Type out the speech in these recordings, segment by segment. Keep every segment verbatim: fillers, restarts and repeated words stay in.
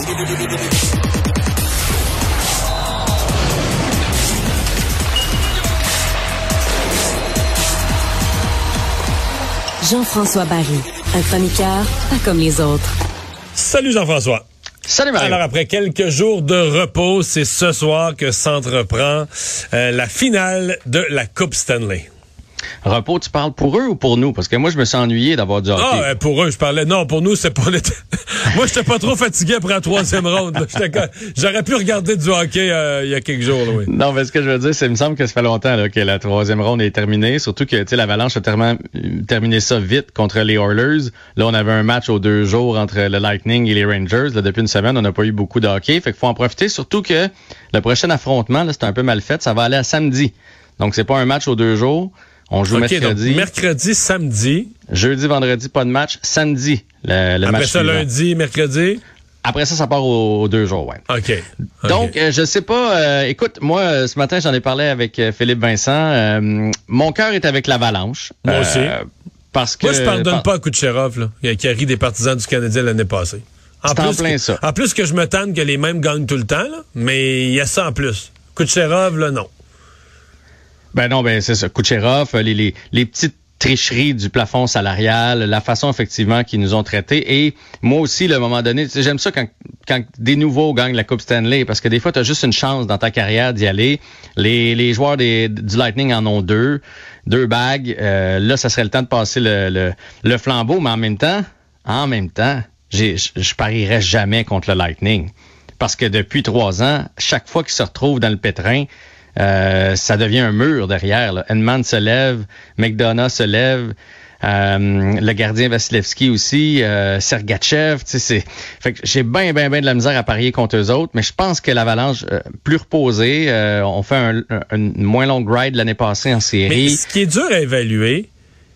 Jean-François Barry, un chroniqueur pas comme les autres. Salut Jean-François. Salut Mario. Alors après quelques jours de repos, c'est ce soir que s'entreprend euh, la finale de la Coupe Stanley. Repos, tu parles pour eux ou pour nous? Parce que moi, je me suis ennuyé d'avoir du hockey. Ah, euh, pour eux, je parlais. Non, pour nous, c'est pour les... Moi, j'étais pas trop fatigué après la troisième ronde. J'étais... J'aurais pu regarder du hockey euh, il y a quelques jours. Là, oui. Non, mais ce que je veux dire, c'est il me semble que ça fait longtemps là, que la troisième ronde est terminée. Surtout que l'Avalanche a tellement terminé ça vite contre les Oilers. Là, on avait un match aux deux jours entre le Lightning et les Rangers. Là, depuis une semaine, on n'a pas eu beaucoup de hockey. Fait qu'il faut en profiter. Surtout que le prochain affrontement, là, c'est un peu mal fait. Ça va aller à samedi. Donc, c'est pas un match aux deux jours. On joue okay, mercredi. Donc mercredi, samedi. Jeudi, vendredi, pas de match. Samedi, le, le Après match ça, suivant. lundi, mercredi. Après ça, ça part aux, aux deux jours, ouais. OK. okay. Donc, euh, je sais pas. Euh, écoute, moi, euh, ce matin, j'en ai parlé avec euh, Philippe Vincent. Euh, mon cœur est avec l'Avalanche. Moi euh, aussi. Parce que. Moi, je pardonne par... pas à Kucherov, là, qui a ri des partisans du Canadien l'année passée. En C'est plus, en plein que, ça. En plus que je me tente que les mêmes gagnent tout le temps, là, mais il y a ça en plus. Kucherov, là, non. Ben non, ben c'est ça. Kucherov, les, les, les petites tricheries du plafond salarial, la façon effectivement qu'ils nous ont traités. Et moi aussi, là, à un moment donné, j'aime ça quand, quand des nouveaux gagnent la Coupe Stanley, parce que des fois, tu as juste une chance dans ta carrière d'y aller. Les, les joueurs des, du Lightning en ont deux, deux bagues. Euh, là, ça serait le temps de passer le, le, le flambeau, mais en même temps, en même temps, j'ai, je, je parierais jamais contre le Lightning. Parce que depuis trois ans, chaque fois qu'ils se retrouvent dans le pétrin, Euh, ça devient un mur derrière. Là. Edman se lève, McDonough se lève, euh, le gardien Vasilevski aussi, euh, Sergachev. Tu sais, c'est. Fait que j'ai bien, bien, bien de la misère à parier contre eux autres, mais je pense que l'Avalanche, euh, plus reposée, euh, on fait un, un, une moins longue ride l'année passée en série. Mais ce qui est dur à évaluer,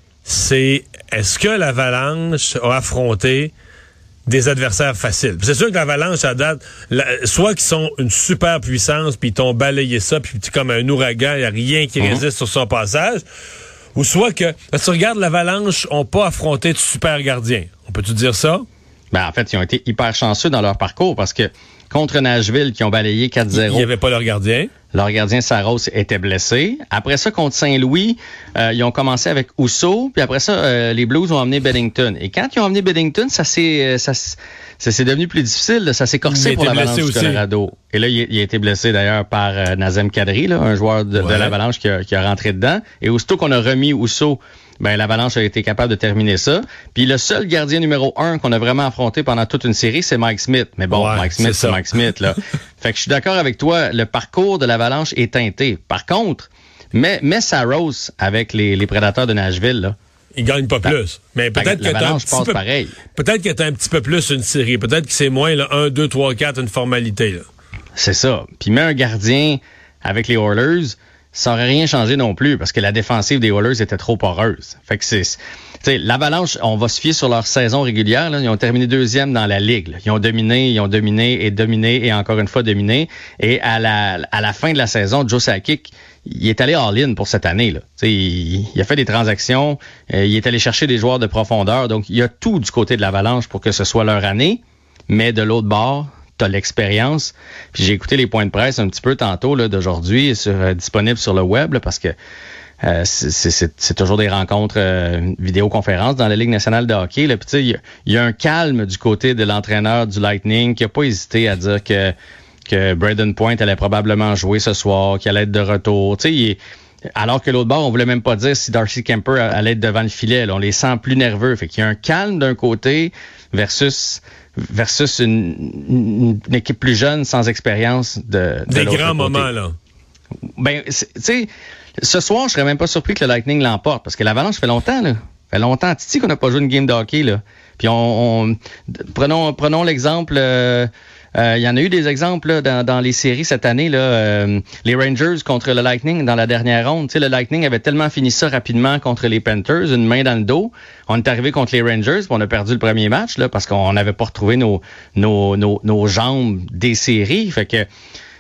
c'est est-ce que l'Avalanche a affronté des adversaires faciles. C'est sûr que l'Avalanche, à date, la, soit qu'ils sont une super puissance, puis ils t'ont balayé ça, puis comme un ouragan, il n'y a rien qui mm-hmm. résiste sur son passage, ou soit que, si tu regardes, l'Avalanche n'ont pas affronté de super gardiens. On peut-tu dire ça? Ben, en fait, ils ont été hyper chanceux dans leur parcours, parce que contre Nashville, qui ont balayé quatre zéro. Il n'y avait pas leur gardien. Leur gardien Saros était blessé. Après ça, contre Saint-Louis, euh, ils ont commencé avec Housseau. Puis après ça, euh, les Blues ont emmené Bennington. Et quand ils ont emmené Bennington, ça s'est, ça, ça s'est devenu plus difficile. Ça s'est corsé pour l'Avalanche du Colorado. Et là, il, il a été blessé d'ailleurs par euh, Nazem Kadri, là, un joueur de, ouais. de l'Avalanche qui a, qui a rentré dedans. Et aussitôt qu'on a remis Housseau, ben l'Avalanche a été capable de terminer ça. Puis le seul gardien numéro un qu'on a vraiment affronté pendant toute une série, c'est Mike Smith. Mais bon, ouais, Mike Smith, c'est, c'est Mike Smith, là. Fait que je suis d'accord avec toi, le parcours de l'Avalanche est teinté. Par contre, mets, mets Saros avec les, les Prédateurs de Nashville, là. Il gagne pas plus. Mais peut-être que t'as un petit peu, pareil. Peut-être que t'as un petit peu plus une série. Peut-être que c'est moins, là, un, deux, trois, quatre, une formalité, là. C'est ça. Puis mets un gardien avec les Oilers, ça aurait rien changé non plus, parce que la défensive des Oilers était trop poreuse. Fait que c'est, tu sais, l'Avalanche, on va se fier sur leur saison régulière, là. Ils ont terminé deuxième dans la ligue, là. Ils ont dominé, ils ont dominé et dominé et encore une fois dominé. Et à la, à la fin de la saison, Joe Sakic, il est allé all-in pour cette année, là. Tu sais, il, il a fait des transactions, euh, il est allé chercher des joueurs de profondeur. Donc, il y a tout du côté de l'Avalanche pour que ce soit leur année. Mais de l'autre bord, t'as l'expérience. Puis j'ai écouté les points de presse un petit peu tantôt là, d'aujourd'hui, sur, euh, disponibles sur le web, là, parce que euh, c'est, c'est, c'est toujours des rencontres euh, vidéoconférences dans la Ligue nationale de hockey. Là. Puis tu sais, il y, y a un calme du côté de l'entraîneur du Lightning qui a pas hésité à dire que que Braden Point allait probablement jouer ce soir, qu'il allait être de retour. Tu sais, il est, alors que l'autre bord, on voulait même pas dire si Darcy Kemper allait être devant le filet. Là. On les sent plus nerveux. Fait qu'il y a un calme d'un côté versus versus une, une, une équipe plus jeune, sans expérience de, de Des l'autre grands côté. moments, là. Ben, tu sais, ce soir, je serais même pas surpris que le Lightning l'emporte, parce que l'Avalanche fait longtemps, là. fait longtemps, Titi, qu'on n'a pas joué une game de hockey, là. Puis on, on prenons, prenons l'exemple... Euh, Euh, il y en a eu des exemples là, dans, dans les séries cette année. Là, euh, les Rangers contre le Lightning dans la dernière ronde. Tu sais, le Lightning avait tellement fini ça rapidement contre les Panthers, une main dans le dos. On est arrivé contre les Rangers, puis on a perdu le premier match là, parce qu'on n'avait pas retrouvé nos, nos, nos, nos jambes des séries. Fait que,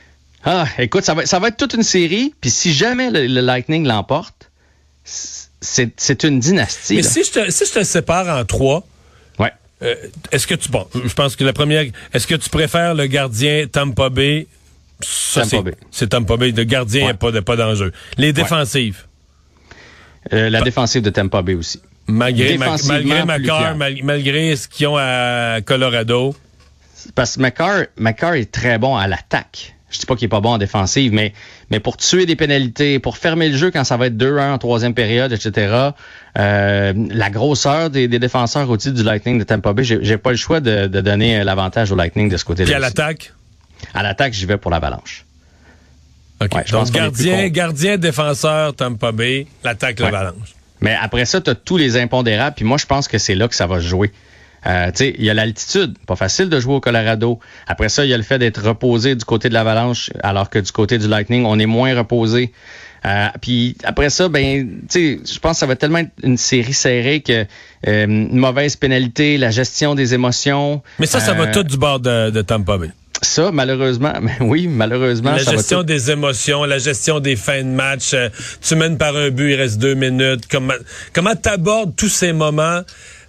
ah, écoute, ça va, ça va être toute une série. Puis si jamais le, le Lightning l'emporte, c'est, c'est une dynastie. Mais là. si je te, si je te sépare en trois, ouais. euh, est-ce que tu... Bon, je pense que la première... Est-ce que tu préfères le gardien Tampa Bay? Ça, Tampa c'est, Bay. c'est Tampa Bay. Le gardien, il Ouais. n'y a pas, de, pas d'enjeu. Les défensives? Ouais. Euh, la pa- défensive de Tampa Bay aussi. Malgré, ma, malgré Défensivement, McCarr, mal, malgré ce qu'ils ont à Colorado. Parce que McCarr, McCarr est très bon à l'attaque. Je dis pas qu'il est pas bon en défensive, mais, mais pour tuer des pénalités, pour fermer le jeu quand ça va être deux un en troisième période, et cetera. Euh, la grosseur des, des défenseurs au titre du Lightning de Tampa Bay, j'ai, j'ai pas le choix de, de donner l'avantage au Lightning de ce côté-là. Puis à aussi. l'attaque? À l'attaque, j'y vais pour l'Avalanche. OK. Ouais, je Donc, pense qu'on est gardien, plus con. gardien, défenseur, Tampa Bay, l'attaque, Ouais. l'Avalanche. Mais après ça, tu as tous les impondérables, puis moi, je pense que c'est là que ça va se jouer. Euh, tu sais, il y a l'altitude, pas facile de jouer au Colorado. Après ça, il y a le fait d'être reposé du côté de l'Avalanche, alors que du côté du Lightning, on est moins reposé. Euh, puis après ça, ben, tu sais, je pense que ça va tellement être une série serrée que euh, une mauvaise pénalité, la gestion des émotions. Mais ça, ça va euh, tout du bord de, de Tampa Bay. Ça, malheureusement, mais oui, malheureusement, La ça gestion va tout. des émotions, la gestion des fins de match. euh, tu mènes par un but, il reste deux minutes. Comment comment t'abordes tous ces moments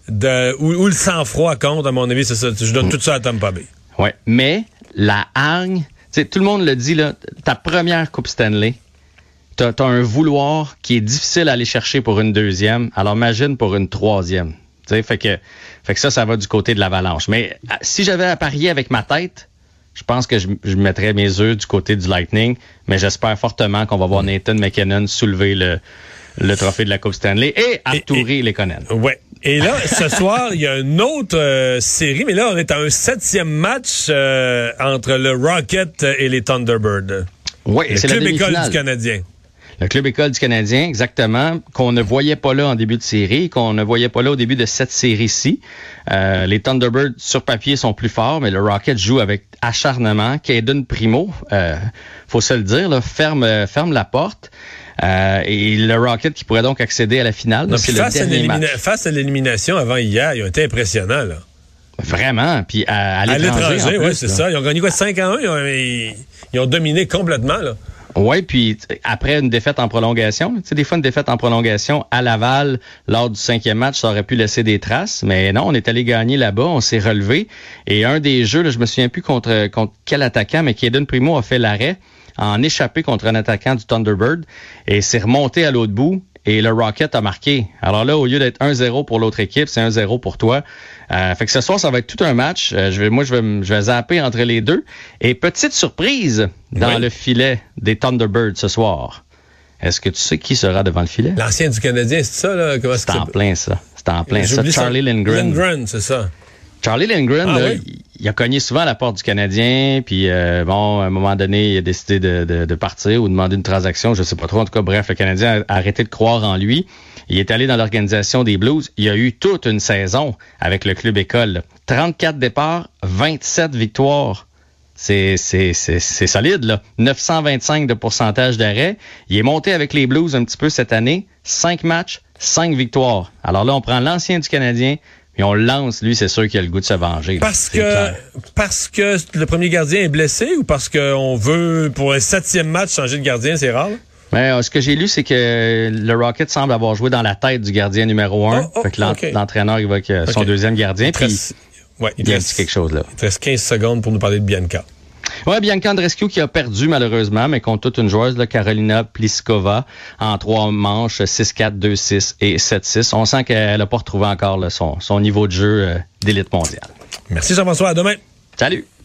de où, où le sang-froid compte, à mon avis, c'est ça. Je donne tout ça à Tampa Bay. Ouais, mais la hargne, tu sais, tout le monde le dit, là, ta première Coupe Stanley, t'as, t'as un vouloir qui est difficile à aller chercher pour une deuxième, alors imagine pour une troisième. Tu sais, fait que, fait que ça, ça va du côté de l'Avalanche. Mais à, si j'avais à parier avec ma tête, je pense que je, je mettrais mes œufs du côté du Lightning, mais j'espère fortement qu'on va voir Nathan McKinnon soulever le, le trophée de la Coupe Stanley et Arturi Lekonen. Ouais. Et là, ce soir, il y a une autre euh, série, mais là, on est à un septième match euh, entre le Rocket et les Thunderbirds. Oui, Le c'est club la école demi-finale. du Canadien. Le club école du Canadien, exactement, qu'on ne voyait pas là en début de série, qu'on ne voyait pas là au début de cette série-ci. Euh, les Thunderbirds, sur papier, sont plus forts, mais le Rocket joue avec acharnement. Caden Primo, euh, faut se le dire, là, ferme, ferme la porte. Euh, et le Rocket qui pourrait donc accéder à la finale, là, Non, c'est puis le face, à dernier l'élimina- match. face à l'élimination avant hier, ils ont été impressionnants, là. Vraiment, puis à, à À l'étranger, l'étranger, en oui, plus, c'est là. ça. Ils ont gagné quoi, cinq à un? Ils ont, ils, ils ont dominé complètement, là. Oui, puis t- après une défaite en prolongation, tu sais, des fois une défaite en prolongation à Laval lors du cinquième match, ça aurait pu laisser des traces, mais non, on est allé gagner là-bas, on s'est relevé. Et un des jeux, là, je me souviens plus contre contre quel attaquant, mais Caden Primo a fait l'arrêt, en échappé contre un attaquant du Thunderbird et s'est remonté à l'autre bout. Et le Rocket a marqué. Alors là, au lieu d'être un zéro pour l'autre équipe, c'est un zéro pour toi. Euh, fait que ce soir, ça va être tout un match. Euh, je vais, moi, je vais, m- je vais zapper entre les deux. Et petite surprise dans Oui. le filet des Thunderbirds ce soir. Est-ce que tu sais qui sera devant le filet? L'ancien du Canadien, c'est ça, là? Comment C'est en plein, ça. C'est en plein, ça. J'oublie Charlie son- Lindgren. Lindgren, c'est ça. Charlie Lindgren, Ah là, oui? il, il a cogné souvent à la porte du Canadien, puis euh, bon, à un moment donné, il a décidé de, de, de partir ou de demander une transaction, je sais pas trop. En tout cas, bref, le Canadien a arrêté de croire en lui. Il est allé dans l'organisation des Blues. Il a eu toute une saison avec le club école. là. trente-quatre départs, vingt-sept victoires. C'est, c'est, c'est, c'est solide, là. neuf cent vingt-cinq de pourcentage d'arrêt. Il est monté avec les Blues un petit peu cette année. cinq matchs, cinq victoires. Alors là, on prend l'ancien du Canadien, puis on le lance. Lui, c'est sûr qu'il a le goût de se venger. là. Parce C'est que, clair. parce que le premier gardien est blessé ou parce qu'on veut, pour un septième match, changer de gardien, c'est rare, là? Mais euh, ce que j'ai lu, c'est que le Rocket semble avoir joué dans la tête du gardien numéro un. Oh, oh, fait que l'en- OK. l'entraîneur, il va avec euh, son OK. deuxième gardien. Il te Puis reste- ouais, il il te a reste- dit quelque chose, là. Il te reste quinze secondes pour nous parler de Bianca. Ouais, Bianca Andreescu qui a perdu malheureusement, mais contre toute une joueuse, là, Carolina Pliskova, en trois manches, six quatre, deux six et sept six. On sent qu'elle n'a pas retrouvé encore là, son, son niveau de jeu euh, d'élite mondiale. Merci Jean-François, à demain. Salut!